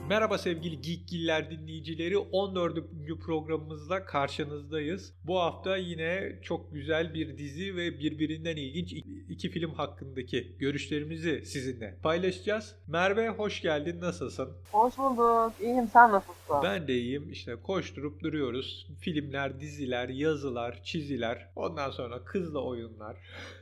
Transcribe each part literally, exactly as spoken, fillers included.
Merhaba sevgili Geekgiller dinleyicileri, on dördüncü programımızda karşınızdayız. Bu hafta yine çok güzel bir dizi ve birbirinden ilginç iki film hakkındaki görüşlerimizi sizinle paylaşacağız. Merve, hoş geldin, nasılsın? Hoş bulduk. İyiyim, sen nasılsın? Ben de iyiyim. İşte koşturup duruyoruz. Filmler, diziler, yazılar, çiziler, ondan sonra kızla oyunlar.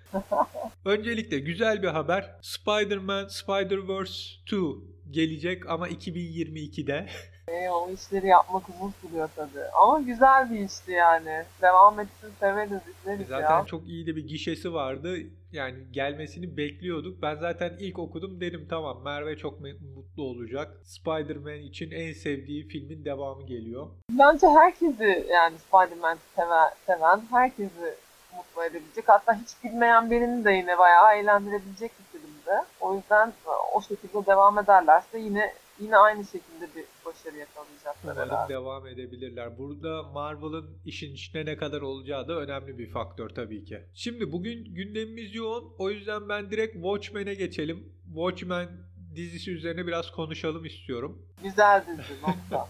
Öncelikle güzel bir haber. Spider-Man Spider-Verse iki gelecek ama iki bin yirmi ikide. E, o işleri yapmak uzun sürüyor tabii. Ama güzel bir işti yani. Devam etsin, severiz, izleriz Zaten ya. çok iyi de bir gişesi vardı. Yani gelmesini bekliyorduk. Ben zaten ilk okudum, dedim tamam, Merve çok mutlu olacak. Spider-Man için en sevdiği filmin devamı geliyor. Bence herkesi yani Spider-Man seven, seven herkesi mutlu edebilecek. Hatta hiç bilmeyen birini de yine bayağı eğlendirebilecek bir filmdi. O yüzden e, o şekilde devam ederlerse yine yine aynı şekilde bir başarı yakalayacaklar Umarım herhalde. devam edebilirler. Burada Marvel'ın işin içine ne kadar olacağı da önemli bir faktör tabii ki. Şimdi bugün gündemimiz yoğun. O yüzden ben direkt Watchmen'e geçelim. Watchmen dizisi üzerine biraz konuşalım istiyorum. Güzel dizi nokta.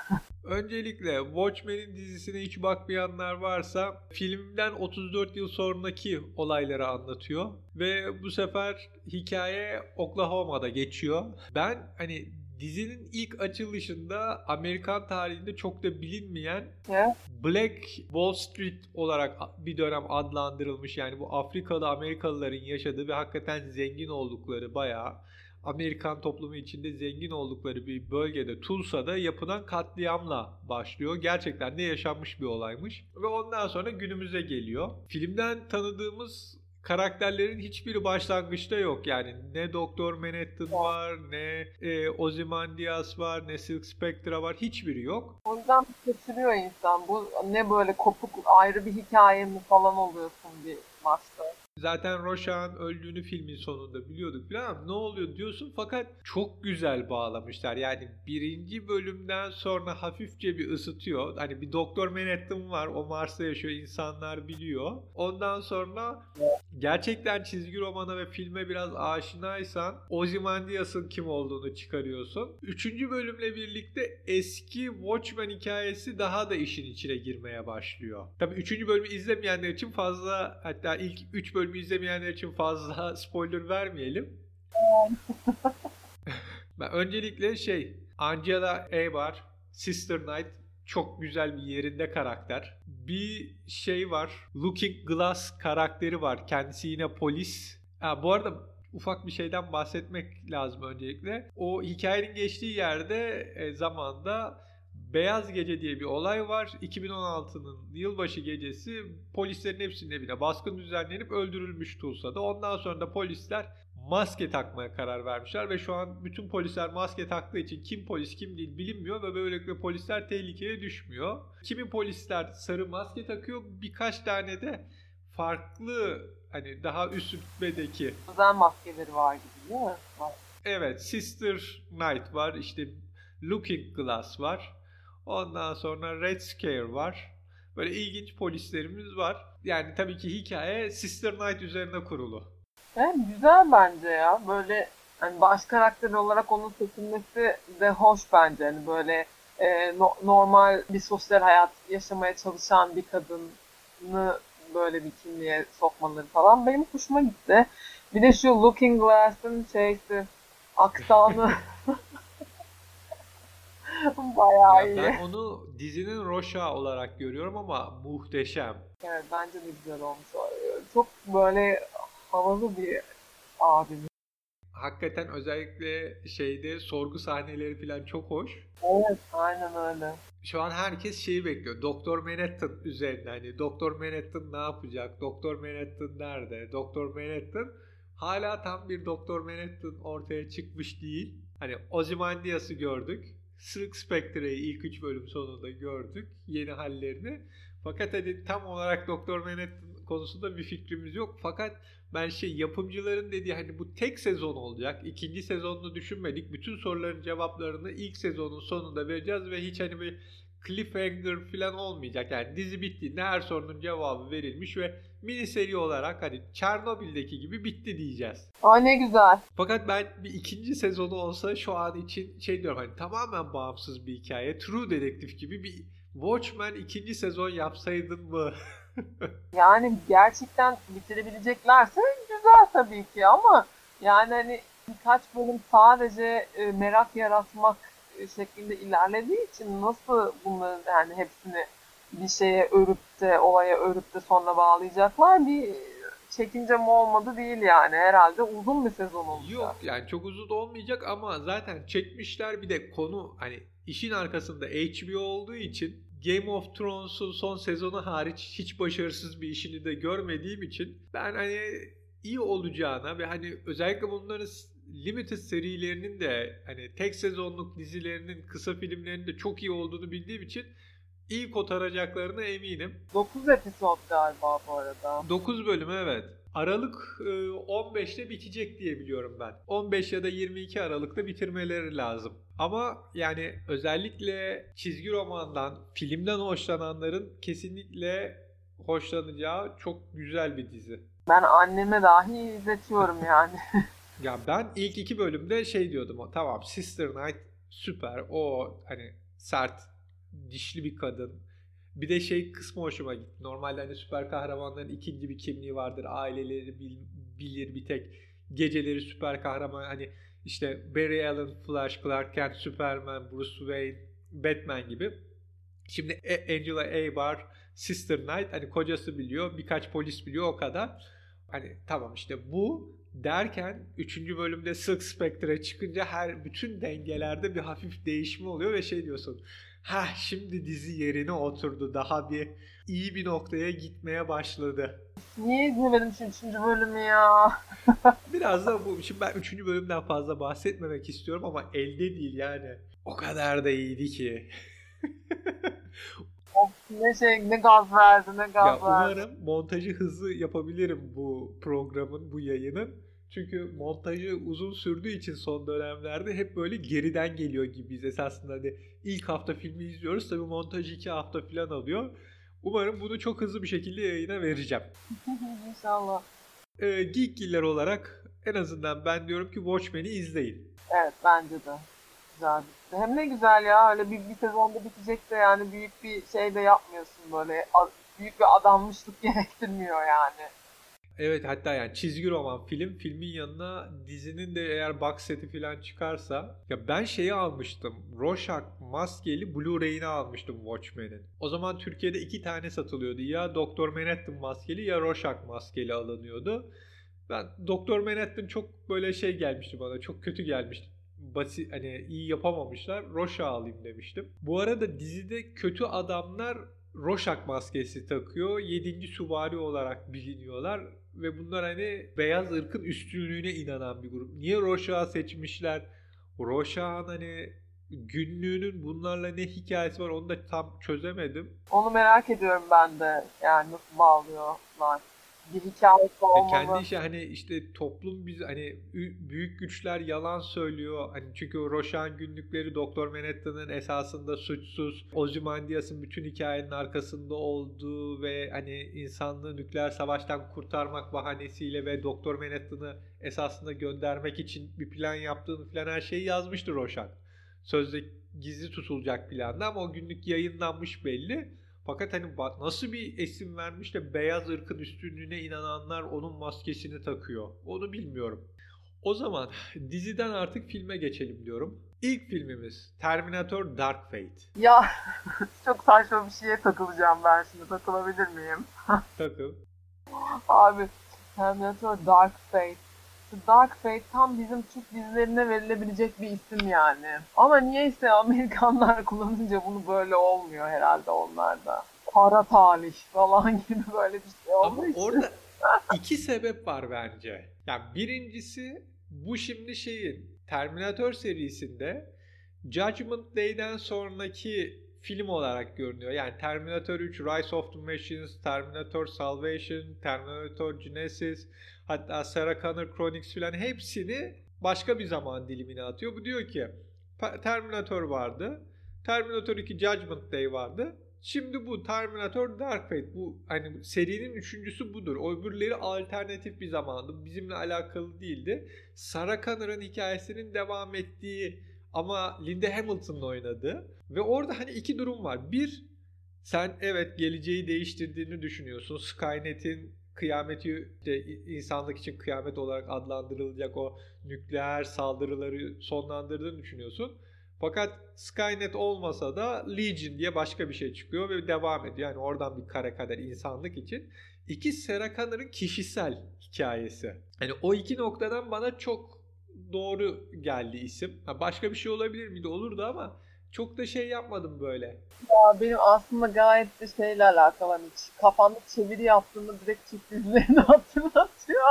Öncelikle Watchmen'in dizisine hiç bakmayanlar varsa, filmden otuz dört yıl sonraki olayları anlatıyor ve bu sefer hikaye Oklahoma'da geçiyor. Ben hani dizinin ilk açılışında Amerikan tarihinde çok da bilinmeyen Ne? Black Wall Street olarak bir dönem adlandırılmış, yani bu Afrikalı Amerikalıların yaşadığı ve hakikaten zengin oldukları, bayağı Amerikan toplumu içinde zengin oldukları bir bölgede, Tulsa'da yapılan katliamla başlıyor. Gerçekten de yaşanmış bir olaymış. Ve ondan sonra günümüze geliyor. Filmden tanıdığımız karakterlerin hiçbiri başlangıçta yok. Yani ne Doktor Manhattan var, ne e, Ozymandias var, ne Silk Spectre var. Hiçbiri yok. O yüzden şaşırıyor insan. Bu ne böyle kopuk ayrı bir hikaye mi falan oluyorsun bir maçta. Zaten Rorschach'ın öldüğünü filmin sonunda biliyorduk falan, ama ne oluyor diyorsun, fakat çok güzel bağlamışlar. Yani birinci bölümden sonra hafifçe bir ısıtıyor. Hani bir Doktor Manhattan var, o Mars'ta yaşıyor, insanlar biliyor. Ondan sonra gerçekten çizgi romana ve filme biraz aşinaysan Ozymandias'ın kim olduğunu çıkarıyorsun. Üçüncü bölümle birlikte eski Watchmen hikayesi daha da işin içine girmeye başlıyor. Tabii üçüncü bölümü izlemeyenler için fazla, hatta ilk üç bölümü izlemeyenler için fazla spoiler vermeyelim. Ben öncelikle şey, Angela Abar, Sister Knight çok güzel bir yerinde karakter. Bir şey var, Looking Glass karakteri var. Kendisi yine polis. Ha, bu arada ufak bir şeyden bahsetmek lazım öncelikle. O hikayenin geçtiği yerde e, zamanda Beyaz Gece diye bir olay var. iki bin on altının yılbaşı gecesi polislerin hepsinin evine baskın düzenlenip öldürülmüş Tulsa'da. Ondan sonra da polisler maske takmaya karar vermişler ve şu an bütün polisler maske taktığı için kim polis kim değil bilinmiyor ve böylelikle polisler tehlikeye düşmüyor. Kimi polisler sarı maske takıyor, birkaç tane de farklı, hani daha üst rütbedeki. Özel maskeleri var gibi değil mi? Var. Evet, Sister Knight var, işte Looking Glass var, ondan sonra Red Scare var. Böyle ilginç polislerimiz var. Yani tabii ki hikaye Sister Knight üzerine kurulu. Evet, güzel bence ya. Böyle hani baş karakter olarak onun seçilmesi de hoş bence. Hani böyle e, no- normal bir sosyal hayat yaşamaya çalışan bir kadını böyle bir kimliğe sokmaları falan benim hoşuma gitti. Bir de şu Looking Glass'ın şeysi aksanı bayağı Ya ben iyi. onu dizinin Roşa olarak görüyorum ama muhteşem. Evet bence de güzel olmuş. Çok böyle havalı bir abi. Hakikaten özellikle şeyde sorgu sahneleri falan çok hoş. Evet aynen öyle. Şu an herkes şeyi bekliyor. Doktor Manhattan üzerine, hani Doktor Manhattan ne yapacak? Doktor Manhattan nerede? Doktor Manhattan hala tam bir Doktor Manhattan ortaya çıkmış değil. Hani Ozymandias'ı gördük. Silk Spectre'yi ilk üç bölüm sonunda gördük. Yeni hallerini. Fakat hani tam olarak Doktor Manhattan konusunda bir fikrimiz yok. Fakat ben şey, yapımcıların dediği hani bu tek sezon olacak, İkinci sezonunu düşünmedik. Bütün soruların cevaplarını ilk sezonun sonunda vereceğiz ve hiç hani bir cliffhanger falan olmayacak. Yani dizi bittiğinde her sorunun cevabı verilmiş ve mini seri olarak hani Çernobil'deki gibi bitti diyeceğiz. Aa, ne güzel. Fakat ben bir ikinci sezonu olsa şu an için şey diyorum, hani tamamen bağımsız bir hikaye. True Detective gibi bir Watchmen ikinci sezon yapsaydın mı? Yani gerçekten bitirebileceklerse güzel tabii ki ama yani hani birkaç bölüm sadece e, merak yaratmak e, şeklinde ilerlediği için nasıl bunların yani hepsini bir şeye örüp de olaya örüp de sonra bağlayacaklar bir çekincem olmadı değil yani. Herhalde uzun bir sezon olacak. Yok yani çok uzun olmayacak ama zaten çekmişler, bir de konu hani işin arkasında H B O olduğu için Game of Thrones'un son sezonu hariç hiç başarısız bir işini de görmediğim için ben hani iyi olacağına ve hani özellikle bunların limited serilerinin de hani tek sezonluk dizilerinin kısa filmlerinin de çok iyi olduğunu bildiğim için iyi kotaracaklarına eminim. dokuz episod galiba bu arada. dokuz bölüm, evet. Aralık on beşte bitecek diye biliyorum ben. on beş ya da yirmi iki Aralık'ta bitirmeleri lazım. Ama yani özellikle çizgi romandan, filmden hoşlananların kesinlikle hoşlanacağı çok güzel bir dizi. Ben anneme dahi izletiyorum yani. Ya ben ilk iki bölümde şey diyordum. Tamam, Sister Night süper. O hani sert, dişli bir kadın. Bir de şey kısmı hoşuma gitti. Normalde hani süper kahramanların ikinci bir kimliği vardır. Aileleri bil, bilir bir tek. Geceleri süper kahraman, hani işte Barry Allen, Flash, Clark Kent, Superman, Bruce Wayne, Batman gibi. Şimdi Angela Abar, Sister Knight, hani kocası biliyor, birkaç polis biliyor, o kadar. Hani tamam işte bu derken üçüncü bölümde Silk Spectre'e çıkınca her bütün dengelerde bir hafif değişme oluyor ve şey diyorsun. Ha, şimdi dizi yerine oturdu. Daha bir iyi bir noktaya gitmeye başladı. Niye izlemedim şu üçüncü bölümü ya? Biraz da bu. Şimdi ben üçüncü bölümden fazla bahsetmemek istiyorum ama elde değil yani. O kadar da iyiydi ki. Of, ne şey ne gaz verdi ne gaz Ya verdi. umarım montajı hızlı yapabilirim bu programın, bu yayının. Çünkü montajı uzun sürdüğü için son dönemlerde hep böyle geriden geliyor gibiyiz. Esasında hani ilk hafta filmi izliyoruz. Tabii montajı iki hafta falan alıyor. Umarım bunu çok hızlı bir şekilde yayına vereceğim. İnşallah. Ee, Geekgiller olarak en azından ben diyorum ki Watchmen'i izleyin. Evet bence de. Güzel bitti. Hem ne güzel ya öyle bir, bir sezonda bitecek de yani büyük bir şey de yapmıyorsun böyle. A- Büyük bir adanmışlık gerektirmiyor yani. Evet, hatta yani çizgi roman film, filmin yanına dizinin de eğer box seti falan çıkarsa, ya ben şeyi almıştım. Rorschach maskeli Blu-ray'ini almıştım Watchmen'in. O zaman Türkiye'de iki tane satılıyordu. Ya Doktor Manhattan maskeli ya Rorschach maskeli alınıyordu. Ben Doktor Manhattan çok böyle şey gelmişti bana. Çok kötü gelmişti. Basit, hani iyi yapamamışlar. Rorschach alayım demiştim. Bu arada dizide kötü adamlar Rorschach maskesi takıyor. Yedinci süvari olarak biliniyorlar. Ve bunlar hani beyaz ırkın üstünlüğüne inanan bir grup. Niye Rorschach'ı seçmişler? Rorschach'ın hani günlüğünün bunlarla ne hikayesi var onu da tam çözemedim. Onu merak ediyorum ben de. Yani nasıl bağlıyorlar. Bir hikayesi E kendi olmalı. işi hani işte toplum biz hani ü- büyük güçler yalan söylüyor. Hani çünkü o Rorschach'ın günlükleri Doktor Manhattan'ın esasında suçsuz, Ozymandias'ın bütün hikayenin arkasında olduğu ve hani insanlığı nükleer savaştan kurtarmak bahanesiyle ve Doktor Manhattan'ı esasında göndermek için bir plan yaptığını falan her şeyi yazmıştı Rorschach. Sözde gizli tutulacak planda ama o günlük yayınlanmış belli. Fakat hani nasıl bir isim vermiş de beyaz ırkın üstünlüğüne inananlar onun maskesini takıyor. Onu bilmiyorum. O zaman diziden artık filme geçelim diyorum. İlk filmimiz Terminator Dark Fate. Ya çok saçma bir şeye takılacağım ben şimdi. Takılabilir miyim? Takıl. Abi Terminator Dark Fate. Dark Fate tam bizim Türk dizilerine verilebilecek bir isim yani. Ama niyeyse Amerikanlar kullanınca bunu böyle olmuyor herhalde onlarda. Kara talih falan gibi böyle bir şey Ama olduğu için. orada iki sebep var bence. Yani birincisi bu şimdi şeyin Terminator serisinde Judgment Day'den sonraki film olarak görünüyor. Yani Terminator üç, Rise of the Machines, Terminator Salvation, Terminator Genesis, hatta Sarah Connor Chronicles falan hepsini başka bir zaman dilimine atıyor. Bu diyor ki Terminator vardı. Terminator iki Judgment Day vardı. Şimdi bu Terminator Dark Fate. Bu hani serinin üçüncüsü budur. O öbürleri alternatif bir zamandı. Bizimle alakalı değildi. Sarah Connor'ın hikayesinin devam ettiği ama Linda Hamilton'la oynadığı ve orada hani iki durum var. Bir, sen evet geleceği değiştirdiğini düşünüyorsun. Skynet'in kıyameti, işte insanlık için kıyamet olarak adlandırılacak o nükleer saldırıları sonlandırdığını düşünüyorsun. Fakat Skynet olmasa da Legion diye başka bir şey çıkıyor ve devam ediyor. Yani oradan bir kare kader insanlık için. İki, Sarah Connor'ın kişisel hikayesi. Yani o iki noktadan bana çok doğru geldi isim. Ha, başka bir şey olabilir miydi? Olurdu ama çok da şey yapmadım böyle. Ya benim aslında gayet de şeyle alakalı. Hani kafamda çeviri yaptığımda direkt Türk dizilerini hatırlatıyor.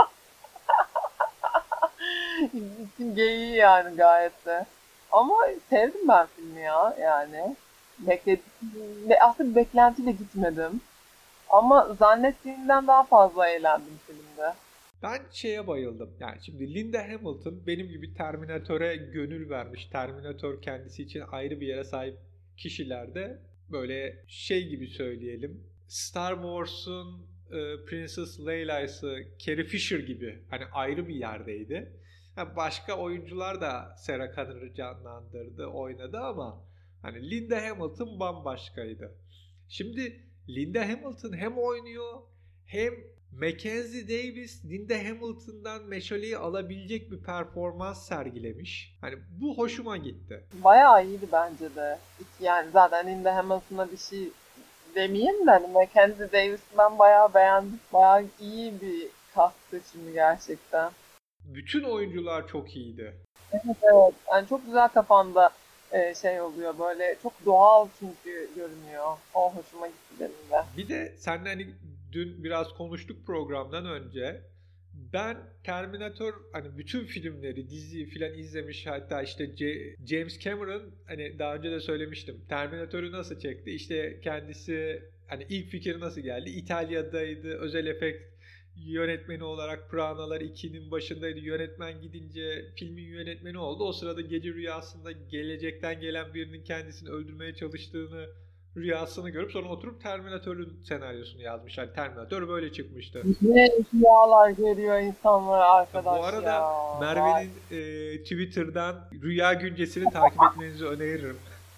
İçin geyiği yani gayet de. Ama sevdim ben filmi ya yani. Bekledim. Aslında bir beklentiyle gitmedim. Ama zannettiğimden daha fazla eğlendim filmde. Ben şeye bayıldım. Yani şimdi Linda Hamilton benim gibi Terminator'e gönül vermiş. Terminator kendisi için ayrı bir yere sahip kişilerde böyle şey gibi söyleyelim. Star Wars'un e, Princess Leila'sı Carrie Fisher gibi hani ayrı bir yerdeydi. Yani başka oyuncular da Sarah Connor'ı canlandırdı, oynadı ama hani Linda Hamilton bambaşkaydı. Şimdi Linda Hamilton hem oynuyor hem Mackenzie Davis, Linda Hamilton'dan meşaleyi alabilecek bir performans sergilemiş. Hani bu hoşuma gitti. Bayağı iyiydi bence de. Yani zaten Linda Hamilton'a bir şey demeyeyim de hani Mackenzie Davis'i ben bayağı beğendim. Bayağı iyi bir cast seçimi gerçekten. Bütün oyuncular çok iyiydi. Evet evet. Yani çok güzel kafanda e, şey oluyor böyle çok doğal çünkü görünüyor. O hoşuma gitti benim de. Bir de seninle hani dün biraz konuştuk programdan önce. Ben Terminator hani bütün filmleri, diziyi filan izlemiş, hatta işte C- James Cameron hani daha önce de söylemiştim. Terminator'u nasıl çekti? İşte kendisi hani ilk fikri nasıl geldi? İtalya'daydı. Özel efekt yönetmeni olarak Pranalar ikinin başındaydı. Yönetmen gidince filmin yönetmeni oldu. O sırada gece rüyasında gelecekten gelen birinin kendisini öldürmeye çalıştığını rüyasını görüp sonra oturup Terminator'un senaryosunu yazmış. Yani Terminator böyle çıkmıştı. Ne rüyalar görüyor insanlar arkadaş Bu arada ya. Merve'nin e, Twitter'dan rüya güncesini takip etmenizi öneririm.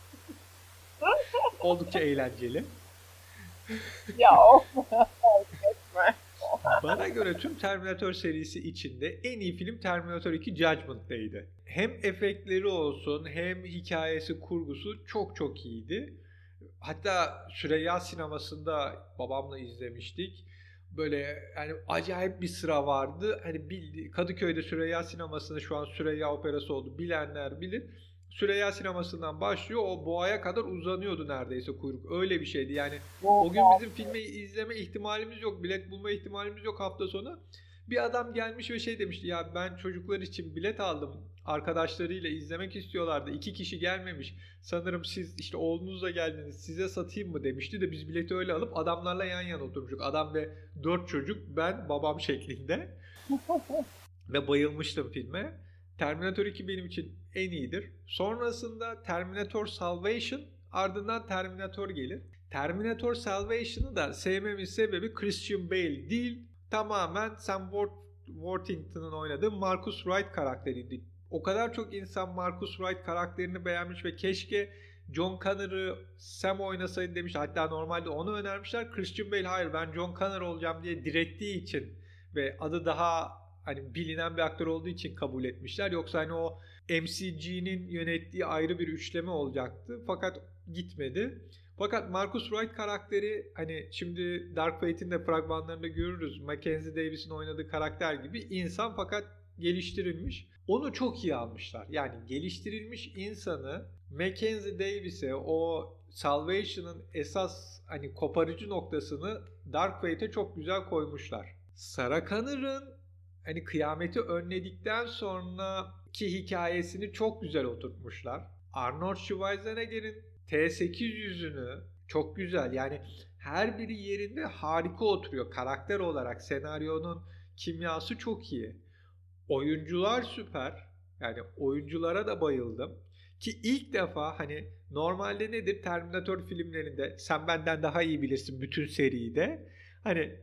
Oldukça eğlenceli. Ya of. Etme. Bana göre tüm Terminator serisi içinde en iyi film Terminator iki Judgment Day'di. Hem efektleri olsun hem hikayesi, kurgusu çok çok iyiydi. Hatta Süreyya sinemasında babamla izlemiştik. Böyle yani acayip bir sıra vardı. Hani bildi, Kadıköy'de Süreyya sinemasında şu an Süreyya Operası oldu. Bilenler bilir. Süreyya sinemasından başlıyor. O boğaya kadar uzanıyordu neredeyse kuyruk. Öyle bir şeydi. Yani o gün bizim filmi izleme ihtimalimiz yok. Bilet bulma ihtimalimiz yok hafta sonu. Bir adam gelmiş ve şey demişti. Ya ben çocuklar için bilet aldım. Arkadaşlarıyla izlemek istiyorlardı. İki kişi gelmemiş. Sanırım siz işte oğlunuzla geldiniz. Size satayım mı demişti de biz bileti öyle alıp adamlarla yan yana oturmuştuk. Adam ve dört çocuk, ben, babam şeklinde. Ve bayılmıştım filme. Terminator iki benim için en iyidir. Sonrasında Terminator Salvation, ardından Terminator gelir. Terminator Salvation'ı da sevmemin sebebi Christian Bale değil, tamamen Sam Worthington'ın oynadığı Marcus Wright karakteriydi. O kadar çok insan Marcus Wright karakterini beğenmiş ve keşke John Connor'ı Sam oynasaydı demiş. Hatta normalde onu önermişler. Christian Bale hayır ben John Connor olacağım diye direttiği için ve adı daha hani bilinen bir aktör olduğu için kabul etmişler. Yoksa hani o M C G'nin yönettiği ayrı bir üçleme olacaktı. Fakat gitmedi. Fakat Marcus Wright karakteri hani şimdi Dark Fate'in de fragmanlarında görürüz. Mackenzie Davis'in oynadığı karakter gibi insan fakat geliştirilmiş. Onu çok iyi almışlar. Yani geliştirilmiş insanı Mackenzie Davis'e o Salvation'ın esas hani koparıcı noktasını Dark Fate'e çok güzel koymuşlar. Sarah Connor'ın hani kıyameti önledikten sonraki hikayesini çok güzel oturtmuşlar. Arnold Schwarzenegger'in T sekiz yüzünü çok güzel. Yani her biri yerinde harika oturuyor. Karakter olarak senaryonun kimyası çok iyi. Oyuncular süper. Yani oyunculara da bayıldım. Ki ilk defa hani normalde nedir Terminator filmlerinde sen benden daha iyi bilirsin bütün seriyi de. Hani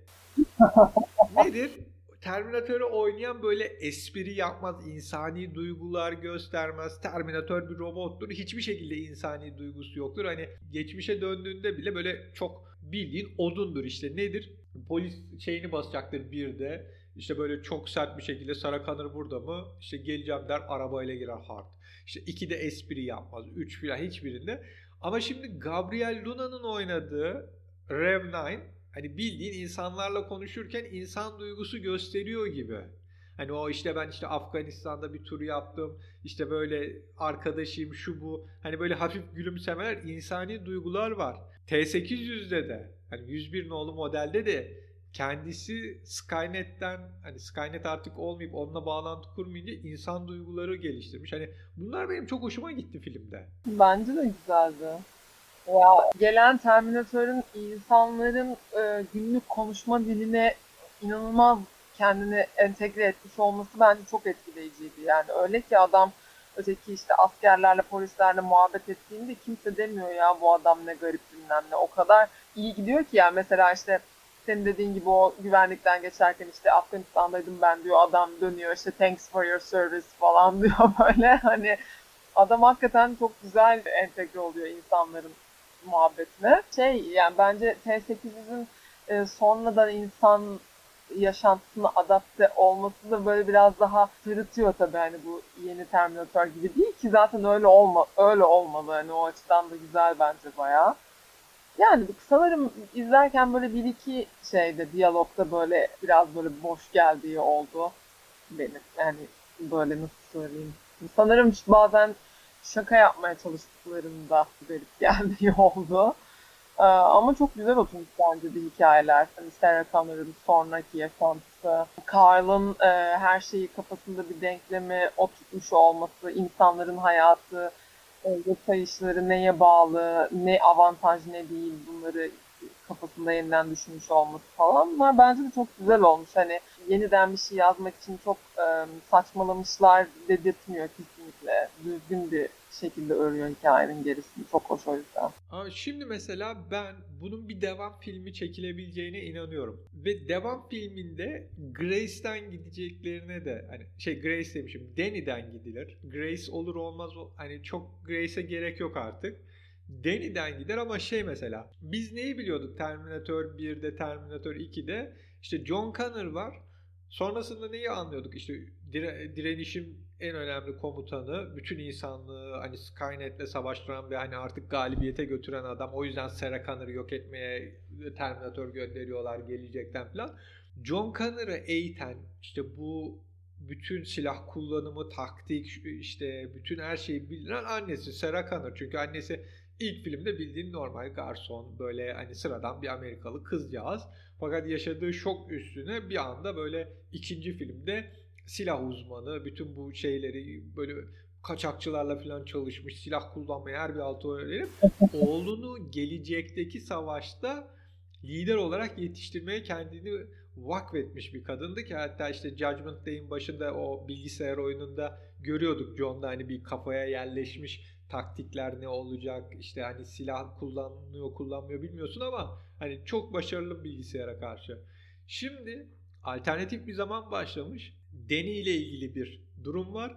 nedir? Terminatörü oynayan böyle espri yapmaz, insani duygular göstermez. Terminatör bir robottur. Hiçbir şekilde insani duygusu yoktur. Hani geçmişe döndüğünde bile böyle çok bildiğin odundur işte. Nedir? Polis şeyini basacaktır bir de. İşte böyle çok sert bir şekilde Sarah Connor burada mı? İşte geleceğim der arabayla girer hard. İşte iki de espri yapmaz. Üç filan hiçbirinde. Ama şimdi Gabriel Luna'nın oynadığı Rev dokuz hani bildiğin insanlarla konuşurken insan duygusu gösteriyor gibi. Hani o işte ben işte Afganistan'da bir tur yaptım. İşte böyle arkadaşıyım şu bu. Hani böyle hafif gülümsemeler, insani duygular var. T sekiz yüzde de hani yüz bir nolu modelde de kendisi Skynet'ten hani Skynet artık olmayıp onunla bağlantı kurmayınca insan duyguları geliştirmiş. Hani bunlar benim çok hoşuma gitti filmde. Bence de güzeldi. Ya gelen Terminator'ın insanların e, günlük konuşma diline inanılmaz kendini entegre etmiş olması bence çok etkileyiciydi. Yani öyle ki adam öteki işte askerlerle polislerle muhabbet ettiğinde kimse demiyor ya bu adam ne garip bilmem ne. O kadar iyi gidiyor ki yani mesela işte senin dediğin gibi o güvenlikten geçerken işte Afganistan'daydım ben diyor adam dönüyor işte thanks for your service falan diyor böyle hani adam hakikaten çok güzel entegre oluyor insanların muhabbetine. Şey yani bence T sekiz yüzün e, sonradan insan yaşantısına adapte olması da böyle biraz daha sırıtıyor tabii hani bu yeni Terminator gibi değil ki zaten öyle olma öyle olmalı hani o açıdan da güzel bence bayağı. Yani sanırım izlerken böyle bir iki şeyde diyalogda böyle biraz böyle boş geldiği oldu benim. Yani böyle nasıl söyleyeyim. Sanırım bazen şaka yapmaya çalıştıklarında garip geldiği oldu. Ee, ama çok güzel oturmuş bence de hikayeler. Hani Sarah Connor'ın sonraki yaşantısı, Carl'ın e, her şeyi kafasında bir denklemi oturtmuş olması, insanların hayatı, e, yaşayışları neye bağlı, ne avantaj ne değil bunları kafasında yeniden düşünmüş olması falan. Bunlar bence de çok güzel olmuş. Hani yeniden bir şey yazmak için çok e, saçmalamışlar dedirtmiyor kesinlikle. Düzgün bir şekilde örüyor hikayenin gerisini. Çok hoş o yüzden. Ama şimdi mesela ben bunun bir devam filmi çekilebileceğine inanıyorum. Ve devam filminde Grace'den gideceklerine de hani şey Grace demişim Danny'den gidilir. Grace olur olmaz hani çok Grace'e gerek yok artık. Danny'den gider ama şey mesela biz neyi biliyorduk Terminator birde Terminator ikide işte John Connor var. Sonrasında neyi anlıyorduk? İşte dire, direnişin en önemli komutanı, bütün insanlığı hani Skynet'le savaştıran ve hani artık galibiyete götüren adam. O yüzden Sarah Connor'ı yok etmeye Terminator gönderiyorlar gelecekten falan. John Connor'ı eğiten işte bu bütün silah kullanımı, taktik, işte bütün her şeyi bildiren annesi Sarah Connor. Çünkü annesi ilk filmde bildiğin normal garson, böyle hani sıradan bir Amerikalı kızcağız. Fakat yaşadığı şok üstüne bir anda böyle ikinci filmde silah uzmanı, bütün bu şeyleri böyle kaçakçılarla falan çalışmış, silah kullanmayı her bir altı öğrenip oğlunu gelecekteki savaşta lider olarak yetiştirmeye kendini vakfetmiş bir kadındı ki hatta işte Judgment Day'in başında o bilgisayar oyununda görüyorduk John'da hani bir kafaya yerleşmiş taktikler ne olacak işte hani silah kullanıyor kullanmıyor bilmiyorsun ama hani çok başarılı bilgisayara karşı. Şimdi alternatif bir zaman başlamış. Danny ile ilgili bir durum var.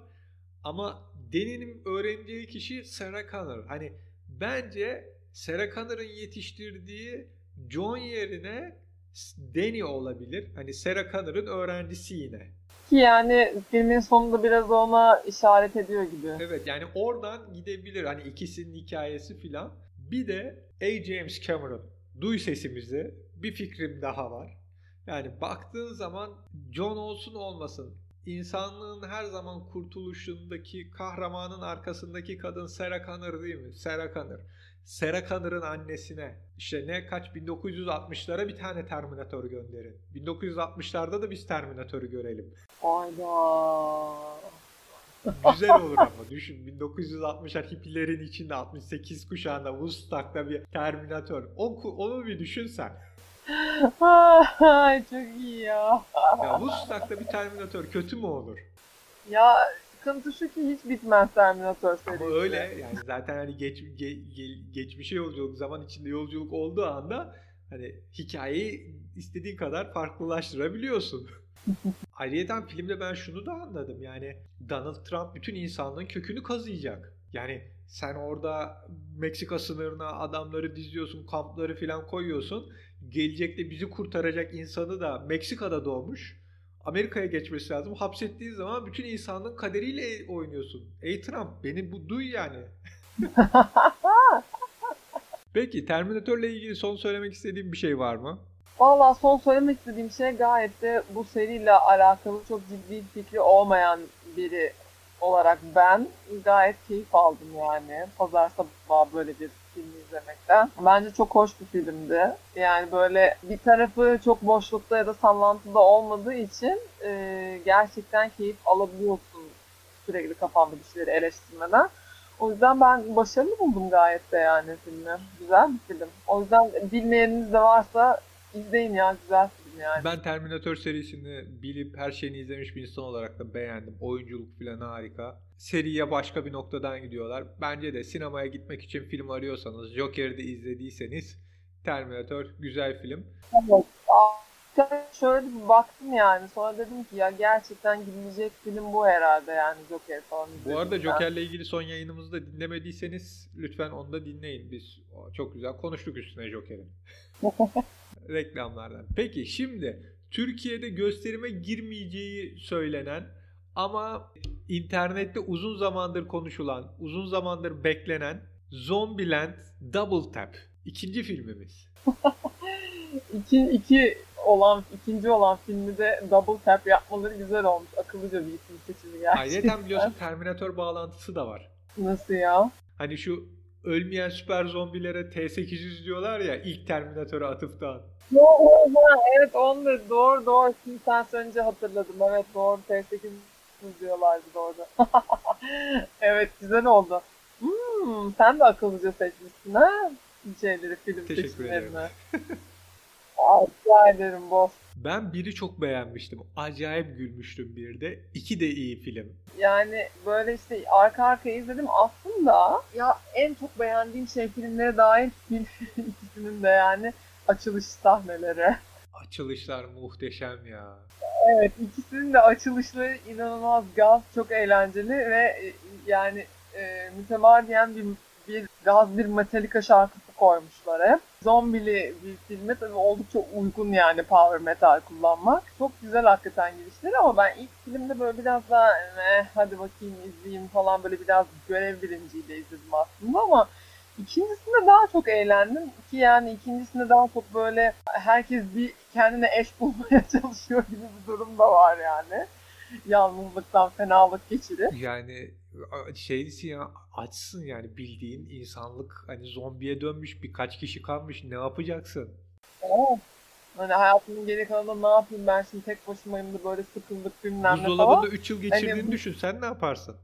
Ama Danny'nin öğreneceği kişi Sarah Connor. Hani bence Sarah Connor'ın yetiştirdiği John yerine Danny olabilir. Hani Sarah Connor'ın öğrencisi yine. Ki yani filmin sonunda biraz ona işaret ediyor gibi. Evet yani oradan gidebilir. Hani ikisinin hikayesi filan. Bir de A. James Cameron. Duy sesimizi. Bir fikrim daha var. Yani baktığın zaman John olsun olmasın insanlığın her zaman kurtuluşundaki kahramanın arkasındaki kadın Sarah Connor değil mi? Sarah Connor. Sarah Connor'ın annesine işte ne kaç bin dokuz yüz altmışlara bir tane Terminator gönderin. bin dokuz yüz altmışlarda da biz Terminator'u görelim. Ayda. Güzel olur ama düşün bin dokuz yüz altmışlar hippilerin içinde altmış sekiz kuşağında Woodstock'ta bir Terminator. O, onu bir düşünsen. Ay çok iyi ya. Ya Woodstock'ta bir Terminator kötü mü olur? Ya sıkıntı şu ki hiç bitmez Terminator serisi. Ama öyle yani zaten hani geç, ge- ge- geçmişe yolculuk, zaman içinde yolculuk olduğu anda hani hikayeyi istediğin kadar farklılaştırabiliyorsun. Ayrıyeten filmde ben şunu da anladım. Yani Donald Trump bütün insanlığın kökünü kazıyacak. Yani sen orada Meksika sınırına adamları diziyorsun, kampları falan koyuyorsun. Gelecekte bizi kurtaracak insanı da Meksika'da doğmuş. Amerika'ya geçmesi lazım. Hapsettiğin zaman bütün insanlığın kaderiyle oynuyorsun. Ey Trump, beni bu duy yani. Peki Terminator'la ilgili son söylemek istediğim bir şey var mı? Valla son söylemek istediğim şey gayet de bu seriyle alakalı çok ciddi bir fikri olmayan biri olarak ben gayet keyif aldım yani. Pazar sabahı böyle bir film izlemekten. Bence çok hoş bir filmdi. Yani böyle bir tarafı çok boşlukta ya da sallantıda olmadığı için e, gerçekten keyif alabiliyorsun sürekli kafanda bir şeyleri eleştirmeden. O yüzden ben başarılı buldum gayet de yani filmi. Güzel bir film. O yüzden bilmeyeniniz de varsa izleyin ya, güzel film yani. Ben Terminator serisini bilip her şeyini izlemiş bir insan olarak da beğendim. Oyunculuk falan harika. Seriye başka bir noktadan gidiyorlar. Bence de sinemaya gitmek için film arıyorsanız, Joker'i de izlediyseniz Terminator güzel film. Evet. Aa, şöyle bir baktım yani. Sonra dedim ki ya gerçekten gidilecek film bu herhalde yani, Joker falan Bu arada izlediğimden. Joker'le ilgili son yayınımızı da dinlemediyseniz lütfen onu da dinleyin. Biz çok güzel konuştuk üstüne Joker'in. Reklamlardan. Peki şimdi Türkiye'de gösterime girmeyeceği söylenen ama internette uzun zamandır konuşulan, uzun zamandır beklenen Zombieland Double Tap. İkinci filmimiz. İki, iki olan, ikinci olan filmi de double tap yapmaları güzel olmuş. Akıllıca bir isim seçimi gerçekten. Ayrıca biliyorsun Terminator bağlantısı da var. Nasıl ya? Hani şu ölmeyen süper zombilere T sekiz yüz diyorlar ya ilk Terminator'a atıftan. Yo, o, ha, evet onu da doğru doğru. Şimdi sen söyleyince hatırladım. Evet doğru, T sekiz diyorlardı doğru. Evet güzel oldu. Hmm, sen de akıllıca seçmişsin ha? Şeyleri, film Teşekkür seçimlerini. ederim. Aa, rica ederim boss. Ben biri çok beğenmiştim. Acayip gülmüştüm bir de. İki de iyi film. Yani böyle işte arka arkaya izledim aslında. Ya en çok beğendiğim şey filmlere dair film ikisinin de yani açılış sahneleri. Açılışlar muhteşem ya. Evet, ikisinin de açılışları inanılmaz gaz, çok eğlenceli ve e, yani e, mütemadiyen bir, bir gaz, bir Metallica şarkısı koymuşlar hep. Zombili bir filme tabii oldukça uygun yani power metal kullanmak. Çok güzel hakikaten girişleri ama ben ilk filmde böyle biraz daha eh, hadi bakayım izleyeyim falan, böyle biraz görev bilinciyle izledim aslında ama İkincisinde daha çok eğlendim ki yani ikincisinde daha çok böyle herkes bir kendine eş bulmaya çalışıyor gibi bir durum da var yani. Yalnızlıktan fenalık geçirip. Yani şeysin ya açsın yani bildiğin insanlık hani zombiye dönmüş birkaç kişi kalmış ne yapacaksın? Evet. Hani hayatımın geri kalanında ne yapayım ben şimdi, tek başımayım da böyle sıkıldık bilmem ne Buzdolabında falan. üç yıl geçirdiğini Hani düşün sen ne yaparsın?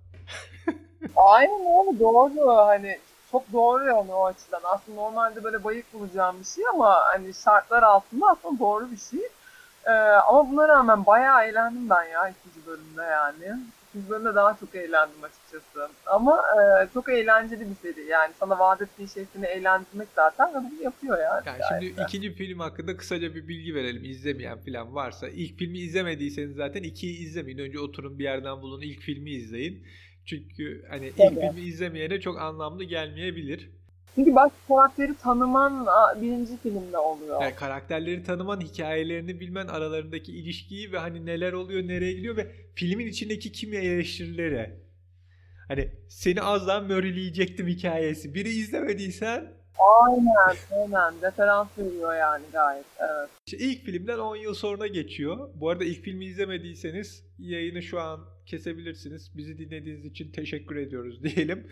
aynen öyle, doğru hani, çok doğru yani o açıdan. Aslında normalde böyle bayık bulacağım bir şey ama hani şartlar altında aslında doğru bir şey. Ee, ama buna rağmen bayağı eğlendim ben ya ikinci bölümde yani. İkinci bölümde daha çok eğlendim açıkçası. Ama e, çok eğlenceli bir seri yani. Sana vaat ettiği şey seni eğlendirmek zaten ve bunu yapıyor yani. Yani gayet şimdi de. ikinci film hakkında kısaca bir bilgi verelim. İzlemeyen falan varsa. İlk filmi izlemediyseniz zaten ikiyi izlemeyin. Önce oturun bir yerden bulun ilk filmi izleyin. Çünkü hani ilk Tabii. filmi izlemeyene çok anlamlı gelmeyebilir. Çünkü bak, karakteri tanıman a, birinci filmde oluyor. Yani karakterleri tanıman, hikayelerini bilmen, aralarındaki ilişkiyi ve hani neler oluyor, nereye gidiyor ve filmin içindeki kimya eleştirileri. Hani seni az daha mörüleyecektim hikayesi. Biri izlemediysen Aynen, aynen. Referans veriyor yani gayet. Evet. işte ilk filmden on yıl sonra geçiyor. Bu arada ilk filmi izlemediyseniz yayını şu an kesebilirsiniz. Bizi dinlediğiniz için teşekkür ediyoruz diyelim.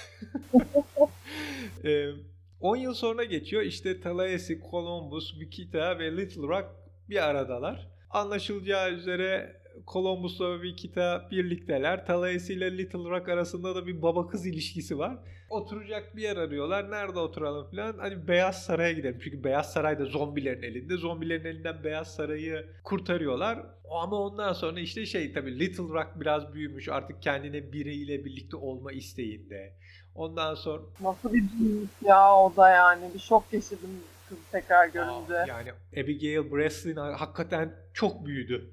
Ee, on yıl sonra geçiyor. İşte Tallahassee, Columbus, Wichita ve Little Rock bir aradalar. Anlaşılacağı üzere Columbus'la Vikita birlikteler. Tallahassee ile Little Rock arasında da bir baba kız ilişkisi var. Oturacak bir yer arıyorlar. Nerede oturalım falan. Hani Beyaz Saray'a gidelim. Çünkü Beyaz Saray da zombilerin elinde. Zombilerin elinden Beyaz Saray'ı kurtarıyorlar. Ama ondan sonra işte şey tabii Little Rock biraz büyümüş. Artık kendine biriyle birlikte olma isteğinde. Ondan sonra... Nasıl bir büyümüş ya o da yani. Bir şok yaşadım kızı tekrar görünce. Aa, yani Abigail Breslin hakikaten çok büyüdü.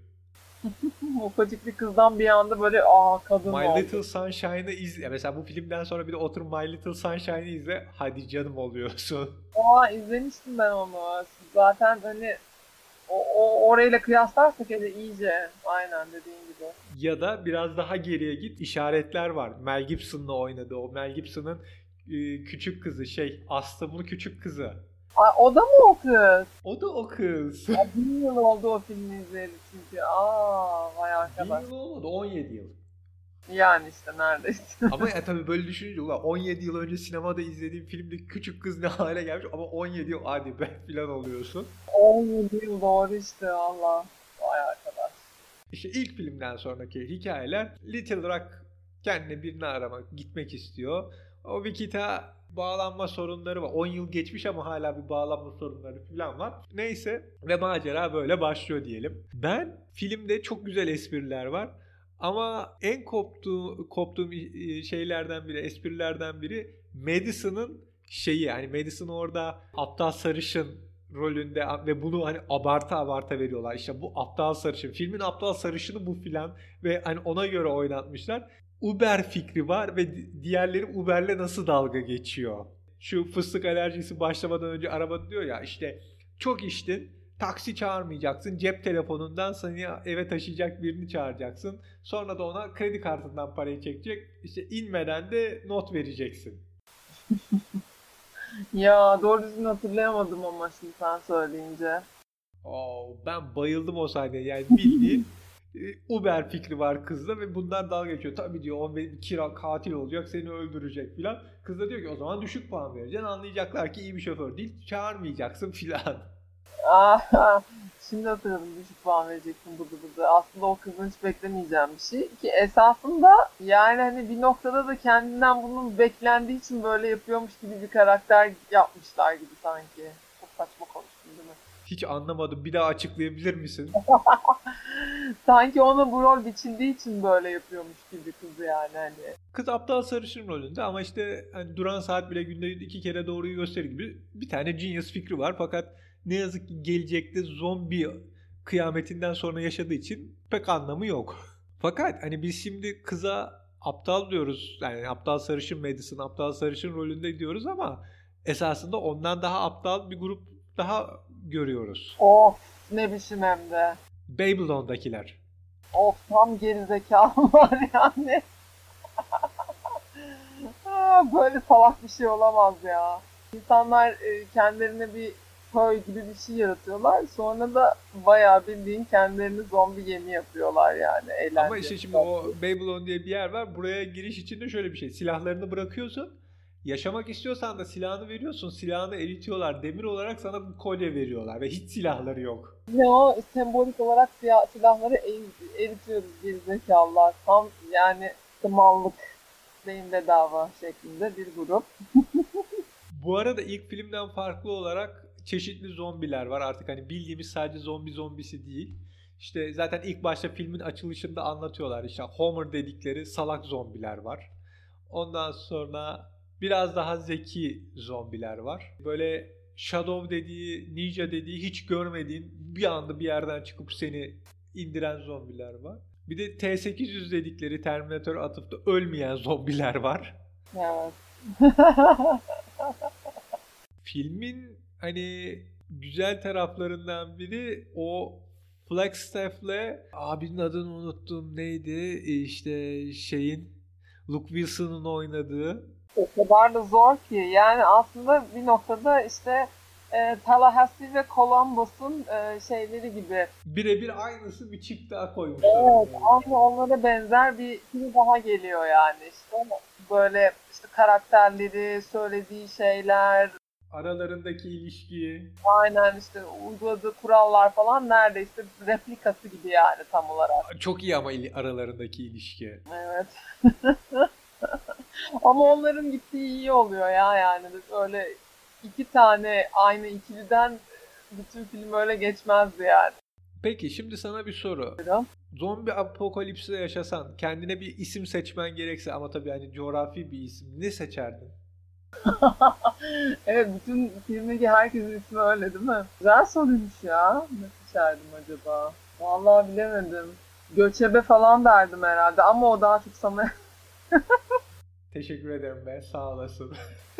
Ufacık bir kızdan bir anda böyle aa kadın My oldu. Little Sunshine'ı izle. Mesela bu filmden sonra bir de otur My Little Sunshine'ı izle. Hadi canım oluyorsun. Aa izlemiştim ben onu. Zaten hani o, o orayla kıyaslarsak hele iyice aynen dediğin gibi. Ya da biraz daha geriye git. İşaretler var. Mel Gibson'la oynadığı. O Mel Gibson'ın e, küçük kızı şey astımlı küçük kızı. Ay, o da mı o kız? O da o kız. Ya, bin yıl oldu o filmi izleyeli çünkü. Aa vay arkadaş. Bir yıl olmadı. on yedi yıl. Yani işte neredeyse. Ama ya tabii böyle düşününce ulan on yedi yıl önce sinemada izlediğim filmde küçük kız ne hale gelmiş ama on yedi yıl hadi be falan oluyorsun. on yedi yıl doğru işte Allah. Vay arkadaş. İşte ilk filmden sonraki hikayeler Little Rock kendine birini aramak, gitmek istiyor. O Vikita bağlanma sorunları var. on yıl geçmiş ama hala bir bağlanma sorunları falan var. Neyse ve macera böyle başlıyor diyelim. Ben filmde çok güzel espriler var. Ama en koptuğu, koptuğum şeylerden biri, esprilerden biri Madison'ın şeyi. Yani Madison orada aptal sarışın rolünde ve bunu hani abarta abarta veriyorlar. İşte bu aptal sarışın. Filmin aptal sarışını bu filan ve hani ona göre oynatmışlar. Uber fikri var ve diğerleri Uber'le nasıl dalga geçiyor. Şu fıstık alerjisi başlamadan önce arabada diyor ya işte çok içtin, taksi çağırmayacaksın, cep telefonundan seni eve taşıyacak birini çağıracaksın. Sonra da ona kredi kartından parayı çekecek. İşte inmeden de not vereceksin. Ya doğru düzgün hatırlayamadım ama şimdi sen söyleyince. Oo, ben bayıldım o sahneye. Yani bildiğin Uber fikri var kızda ve bunlar dalga geçiyor. Tabii diyor on kira katil olacak seni öldürecek filan. Kız da diyor ki o zaman düşük puan vereceksin. Anlayacaklar ki iyi bir şoför değil. Çağırmayacaksın filan. Aa, şimdi hatırladım düşük puan vereceksin bu bu. Aslında o kızın hiç beklemeyeceğim bir şey. Ki esasında yani hani bir noktada da kendinden bunun beklendiği için böyle yapıyormuş gibi bir karakter yapmışlar gibi sanki. Çok saçma konuştum değil mi? Hiç anlamadım. Bir daha açıklayabilir misin? Sanki ona bu rol biçildiği için böyle yapıyormuş gibi kızı yani hani. Kız aptal sarışın rolünde ama işte hani duran saat bile günde iki kere doğruyu gösterir gibi bir tane genius fikri var. Fakat ne yazık ki gelecekte zombi kıyametinden sonra yaşadığı için pek anlamı yok. Fakat hani biz şimdi kıza aptal diyoruz. Yani aptal sarışın Madison, aptal sarışın rolünde diyoruz ama esasında ondan daha aptal bir grup daha görüyoruz. Of ne biçim hem de. Babylon'dakiler. Of tam gerizekalılar yani. Aa, böyle salak bir şey olamaz ya. İnsanlar e, kendilerine bir köy gibi bir şey yaratıyorlar. Sonra da bayağı bildiğin kendilerini zombi yemi yapıyorlar yani. Eğlenceli. Ama işte şimdi o Babylon diye bir yer var. Buraya giriş için de şöyle bir şey. Silahlarını bırakıyorsun. Yaşamak istiyorsan da silahını veriyorsun. Silahını eritiyorlar. Demir olarak sana bir kolye veriyorlar. Ve hiç silahları yok. Ne o sembolik olarak silah, silahları er- eritiyoruz gerizekalılar. Tam yani tımallık beyin bedava şeklinde bir grup. Bu arada ilk filmden farklı olarak çeşitli zombiler var. Artık hani bildiğimiz sadece zombi zombisi değil. İşte zaten ilk başta filmin açılışında anlatıyorlar. İşte Homer dedikleri salak zombiler var. Ondan sonra biraz daha zeki zombiler var. Böyle Shadow dediği, Ninja dediği hiç görmediğin bir anda bir yerden çıkıp seni indiren zombiler var. Bir de T sekiz yüz dedikleri Terminator atıfta ölmeyen zombiler var. Evet. Filmin hani güzel taraflarından biri o Flagstaff'le abinin adını unuttum neydi işte şeyin Luke Wilson'ın oynadığı. O kadar da zor ki yani aslında bir noktada işte e, Tallahassee ve Columbus'un e, şeyleri gibi. Birebir aynısı bir çift daha koymuşlar. Evet, aynı onlara benzer bir film daha geliyor yani işte böyle işte karakterleri, söylediği şeyler. aralarındaki ilişki. Aynen işte uyguladığı kurallar falan neredeyse replikası gibi yani tam olarak. Çok iyi ama il- aralarındaki ilişki. Evet. Ama onların gittiği iyi oluyor ya yani. Öyle iki tane aynı ikiliden bütün film öyle geçmezdi yani. Peki şimdi sana bir soru. Buyurun. Zombi apokalipside yaşasan, kendine bir isim seçmen gerekse ama tabii hani coğrafi bir isim, ne seçerdin? Evet, bütün filmdeki herkesin ismi öyle değil mi? Güzel soruymuş ya. Ne seçerdim acaba? Vallahi bilemedim. Göçebe falan derdim herhalde ama o daha çok sana... Teşekkür ederim be, sağ olasın.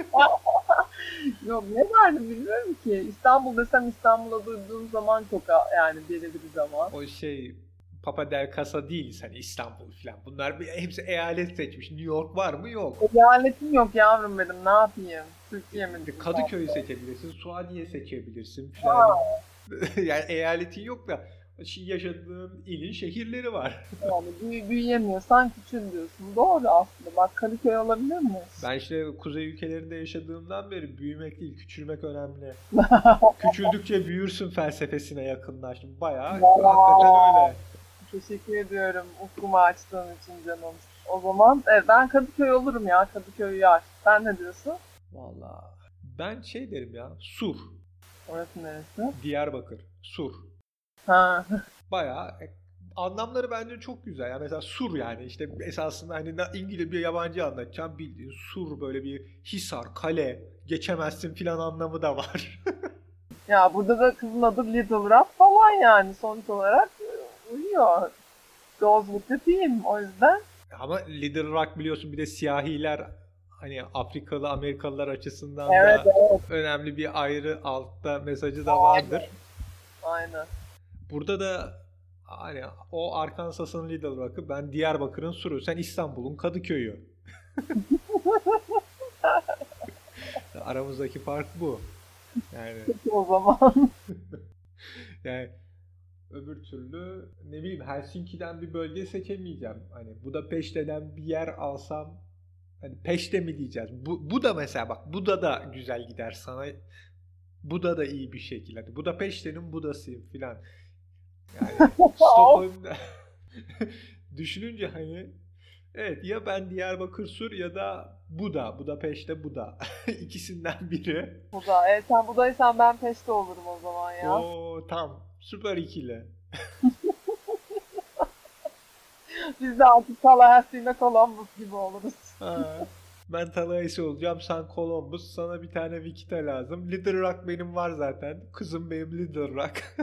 Yok, ne derdim bilmiyorum ki. İstanbul desem İstanbul'a duyduğum zaman çok a- yani belirli bir zaman. O şey Papa del Casa değil hani İstanbul falan. Bunlar bir, hepsi eyalet seçmiş. New York var mı? Yok. Eyaletim yok yavrum benim, ne yapayım? Türkiye mi İşte diyeceğim? Kadıköy'ü seçebilirsin, Suadiye seçebilirsin falan. Ha, Yani eyaletin yok da yaşadığın ilin şehirleri var. yani büyü, büyüyemiyorsan küçül diyorsun. Doğru aslında. Bak, Kadıköy olabilir mi? Ben işte kuzey ülkelerinde yaşadığımdan beri büyümek değil, küçülmek önemli. Küçüldükçe büyürsün felsefesine yakınlaştım. Bayağı hakikaten öyle. Teşekkür ediyorum ufkumu açtığın için canım. O zaman evet, ben Kadıköy olurum ya. Kadıköy yar. Sen ne diyorsun? Vallahi ben şey derim ya, Sur, Orası neresi? Diyarbakır, Sur. Ha. Bayağı e, anlamları bence çok güzel. Yani mesela Sur yani işte esasında hani na- İngiliz bir yabancı anlatacağım bildiğin Sur böyle bir hisar, kale, geçemezsin filan anlamı da var. Ya burada da kızın adı Little Rock falan yani. Sonuç olarak e, uyuyor. Goes with the theme. O yüzden. Ama Little Rock biliyorsun bir de siyahiler hani Afrikalı Amerikalılar açısından Evet, da evet. önemli bir ayrı altta mesajı da vardır. Aynen. Burada da hani o Arkansas'ın Little Rock'ı, ben Diyarbakır'ın Sur'u, sen İstanbul'un Kadıköy'ü. Aramızdaki fark bu. Yani Peki o zaman. yani öbür türlü ne bileyim Helsinki'den bir bölge seçemeyeceğim. Hani Budapeşte'den bir yer alsam hani Peşte mi diyeceğiz? Bu, bu da mesela bak Buda da güzel gider sana. Buda da iyi bir şekilde. Hadi Budapeşte'nin Buda'sıyım filan. Yani Stockholm'da düşününce hani evet ya ben Diyarbakır Sur ya da Buda. Budapeşte Buda. İkisinden biri. Bu da. Evet, sen budaysan ben peşte olurum o zaman ya. Oo tam süper ikili. Biz de artık Tallahassee Columbus gibi oluruz. Ha, ben Tallahassee olacağım, sen Columbus, sana bir tane Vikita lazım. Little Rock benim var zaten. Kızım benim Little Rock.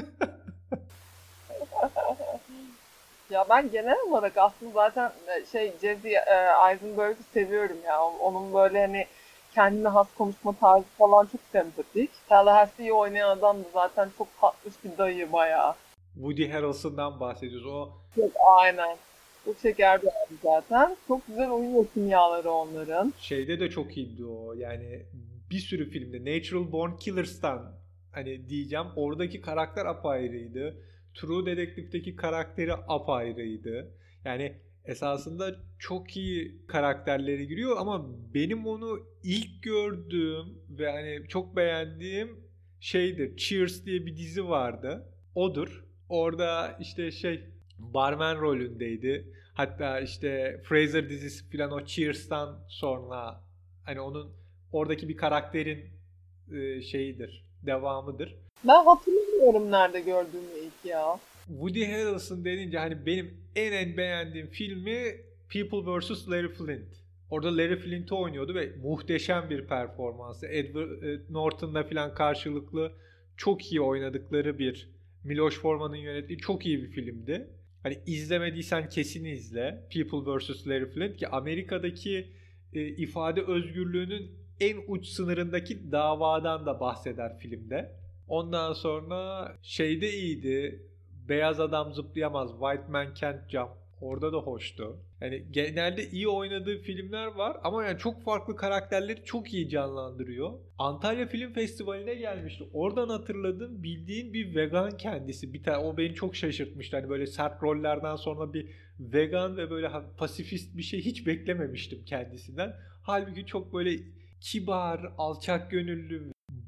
Ya ben genel olarak aslında zaten e, şey Jesse e, Eisenberg'i seviyorum ya. O- Onun böyle hani kendine has konuşma tarzı falan çok sempatik. Tallahassee'yi oynayan adam da zaten çok tatlış bir dayı bayağı. Woody Harrelson'dan bahsediyoruz. O Çok aynen. Çok şeker bir abi zaten. Çok güzel uyuyor kimyaları onların. şeyde de çok iyiydi o. Yani bir sürü filmde Natural Born Killers'tan hani diyeceğim. Oradaki karakter apayrıydı. True Detective'deki karakteri apayrıydı. Yani esasında çok iyi karakterleri giriyor ama benim onu ilk gördüğüm ve hani çok beğendiğim şeydir. Cheers diye bir dizi vardı. Odur. Orada işte şey barmen rolündeydi. Hatta işte Fraser dizisi falan o Cheers'tan sonra hani onun oradaki bir karakterin e, şeyidir, devamıdır. Ben hatırlamıyorum nerede gördüğümü ilk ya. Woody Harrelson denince hani benim en en beğendiğim filmi People versus. Larry Flint. Orada Larry Flint'i oynuyordu ve muhteşem bir performansı. Edward e, Norton'la falan karşılıklı çok iyi oynadıkları bir Miloš Forman'ın yönettiği çok iyi bir filmdi. Hani izlemediysen kesin izle. People versus. Larry Flint ki Amerika'daki e, ifade özgürlüğünün en uç sınırındaki davadan da bahseder filmde. Ondan sonra şeyde iyiydi. Beyaz Adam Zıplayamaz, White Man Can't Jump. Orada da hoştu. Yani genelde iyi oynadığı filmler var ama yani çok farklı karakterleri çok iyi canlandırıyor. Antalya Film Festivali'ne gelmişti. Oradan hatırladım, bildiğin bir vegan kendisi. Bir tane o beni çok şaşırtmıştı. Hani böyle sert rollerden sonra bir vegan ve böyle pasifist bir şey hiç beklememiştim kendisinden. Halbuki çok böyle kibar, alçak gönüllü,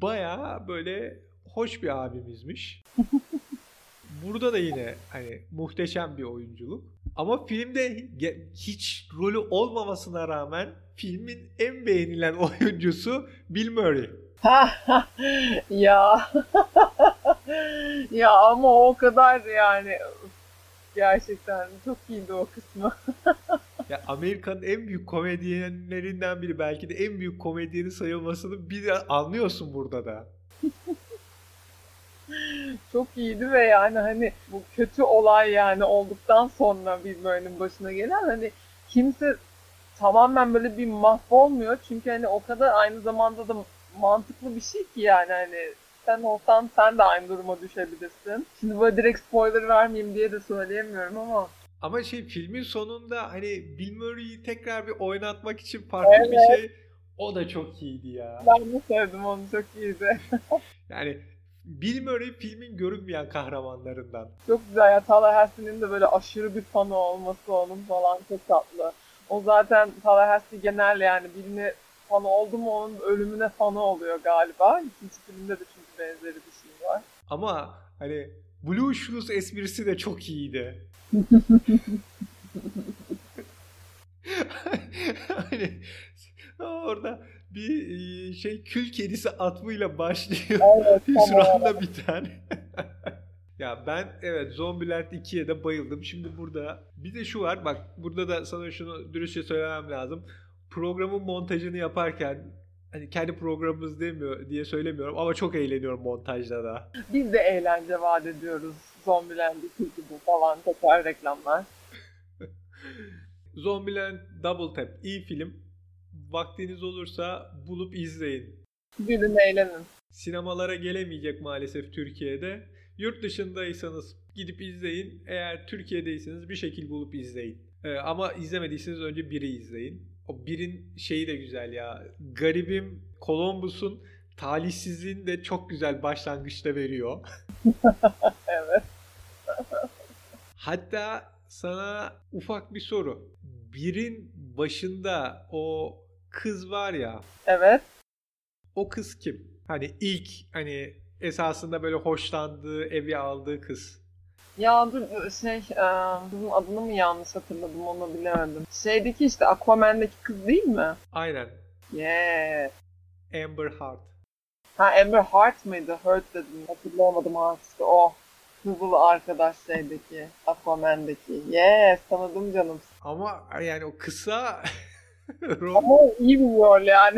bayağı böyle hoş bir abimizmiş. Burada da yine hani muhteşem bir oyunculuk. Ama filmde hiç rolü olmamasına rağmen filmin en beğenilen oyuncusu Bill Murray. Ya ya ama o kadar yani gerçekten çok iyiydi o kısmı. Ya Amerika'nın en büyük komedyenlerinden biri, belki de en büyük komedyeni sayılmasını bir de anlıyorsun burada da. Çok iyiydi ve yani hani bu kötü olay yani olduktan sonra Bill Murray'nin başına gelen hani kimse tamamen böyle bir mahvolmuyor. Çünkü hani o kadar aynı zamanda da mantıklı bir şey ki yani hani sen olsan sen de aynı duruma düşebilirsin. Şimdi böyle direkt spoiler vermeyeyim diye de söyleyemiyorum ama. Ama şey, filmin sonunda hani Bill Murray'i tekrar bir oynatmak için farklı Evet. bir şey, o da çok iyiydi ya. Ben de sevdim onu, çok iyiydi. Yani Bill Murray filmin görünmeyen kahramanlarından. Çok güzel ya, Tallahassee'nin de böyle aşırı bir fanı olması onun falan çok tatlı. O zaten Tallahassee genel yani birine fanı oldu mu onun ölümüne fanı oluyor galiba. İkinci filmde de çünkü benzeri bir şey var. Ama hani Blue Shoes esprisi de çok iyiydi. Hani orada bir şey, kül kedisi atmıyla başlıyor. Evet, Hüsranla biten. Ya ben evet Zombieland ikiye de bayıldım. Şimdi burada bir de şu var. Bak burada da sana şunu dürüstçe söylemem lazım. Programın montajını yaparken, hani kendi programımız demiyor diye söylemiyorum ama çok eğleniyorum montajda da. Biz de eğlence vaat ediyoruz. Zombieland iki gibi falan tekrar reklamlar. Zombieland Double Tap iyi film. Vaktiniz olursa bulup izleyin. Gülün eğlenin. Sinemalara gelemeyecek maalesef Türkiye'de. Yurt dışındaysanız gidip izleyin. Eğer Türkiye'deyseniz bir şekilde bulup izleyin. Ee, ama izlemediyseniz önce biri izleyin. O birin şeyi de güzel ya. Garibim Columbus'un talihsizliğini de çok güzel başlangıçta veriyor. Evet. Hatta sana ufak bir soru. Birin başında o kız var ya. Evet. O kız kim? Hani ilk hani esasında böyle hoşlandığı, evi aldığı kız. Ya dur şey, e, kızın adını mı yanlış hatırladım onu bilemedim. Şeydeki işte Aquaman'daki kız değil mi? Aynen. Yeah. Amber Heard. Ha, Amber Heard mıydı? Heard dedim. Hatırlayamadım artık. İşte o kızıl arkadaş şeydeki, Aquaman'daki. Yes, tanıdım canım. Ama yani o kısa rol. Ama iyi bir rol yani.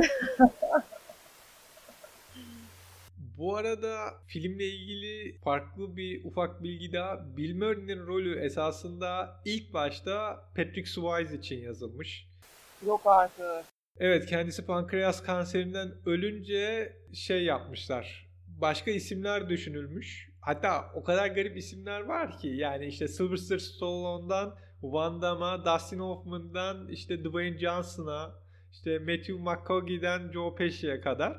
Bu arada filmle ilgili farklı bir ufak bilgi daha. Bill Murray'nin rolü esasında ilk başta Patrick Swayze için yazılmış. Yok artık. Evet, kendisi pankreas kanserinden ölünce şey yapmışlar. Başka isimler düşünülmüş. Hatta o kadar garip isimler var ki yani işte Sylvester Stallone'dan Van Damme'a, Dustin Hoffman'dan işte Dwayne Johnson'a, işte Matthew McConaughey'den Joe Pesci'ye kadar.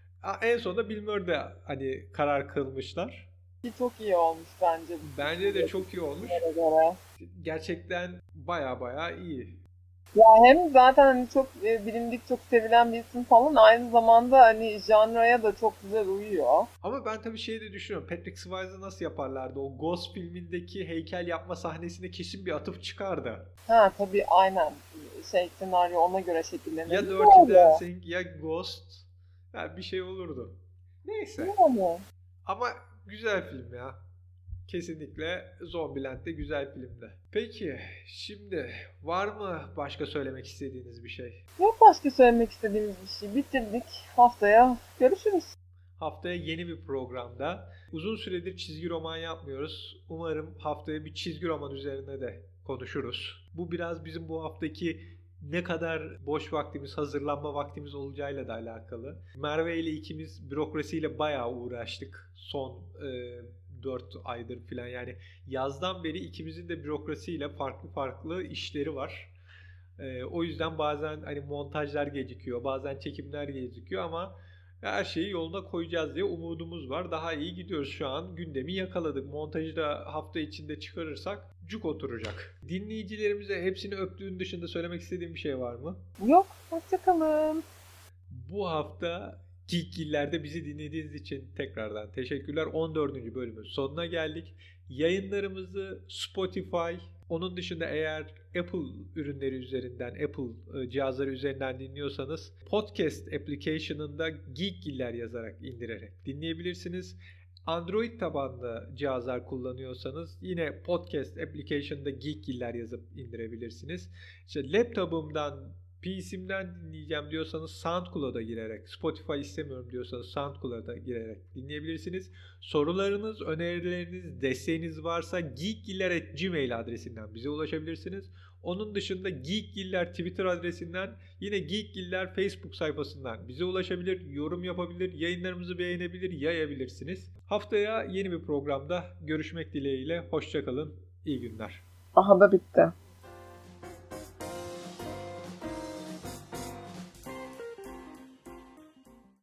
En sonunda Bill Murray'de hani karar kılmışlar. Ki çok iyi olmuş bence. Bence de çok iyi olmuş. Göre. Gerçekten baya baya iyi. Ya hem zaten hani çok e, bilindik, çok sevilen bir isim falan, aynı zamanda hani janraya da çok güzel uyuyor. Ama ben tabii şeyi de düşünüyorum. Patrick Swayze nasıl yaparlardı? O Ghost filmindeki heykel yapma sahnesine kesin bir atıf çıkardı. Ha tabii, aynen. Şey, senaryo ona göre şekillenir. Ya Dirty Dancing ya Ghost. Yani bir şey olurdu. Neyse. Yani. Ama güzel film ya. Kesinlikle Zombieland de güzel filmdi. Peki şimdi var mı başka söylemek istediğiniz bir şey? Yok başka söylemek istediğimiz bir şey. Bitirdik. Haftaya görüşürüz. Haftaya yeni bir programda. Uzun süredir çizgi roman yapmıyoruz. Umarım haftaya bir çizgi roman üzerine de konuşuruz. Bu biraz bizim bu haftaki ne kadar boş vaktimiz, hazırlanma vaktimiz olacağıyla da alakalı. Merve ile ikimiz bürokrasiyle bayağı uğraştık son e, dört aydır falan. Yani yazdan beri ikimizin de bürokrasiyle farklı farklı işleri var. E, o yüzden bazen hani montajlar gecikiyor, bazen çekimler gecikiyor ama her şeyi yoluna koyacağız diye umudumuz var. Daha iyi gidiyoruz şu an. Gündemi yakaladık. Montajı da hafta içinde çıkarırsak cuk oturacak. Dinleyicilerimize hepsini öptüğün dışında söylemek istediğim bir şey var mı? Yok. Hoşçakalın. Bu hafta Geekgiller'de bizi dinlediğiniz için tekrardan teşekkürler. on dördüncü bölümün sonuna geldik. Yayınlarımızı Spotify, onun dışında eğer Apple ürünleri üzerinden, Apple cihazları üzerinden dinliyorsanız podcast application'ında Geekgiller yazarak indirerek dinleyebilirsiniz. Android tabanlı cihazlar kullanıyorsanız yine podcast application'da Geekgiller yazıp indirebilirsiniz. İşte laptopumdan, P C'mden dinleyeceğim diyorsanız SoundCloud'a girerek, Spotify istemiyorum diyorsanız SoundCloud'a girerek dinleyebilirsiniz. Sorularınız, önerileriniz, desteğiniz varsa geekgiller at gmail adresinden bize ulaşabilirsiniz. Onun dışında Geekgiller Twitter adresinden, yine Geekgiller Facebook sayfasından bize ulaşabilir, yorum yapabilir, yayınlarımızı beğenebilir, yayabilirsiniz. Haftaya yeni bir programda görüşmek dileğiyle. Hoşça kalın, iyi günler. Aha da bitti.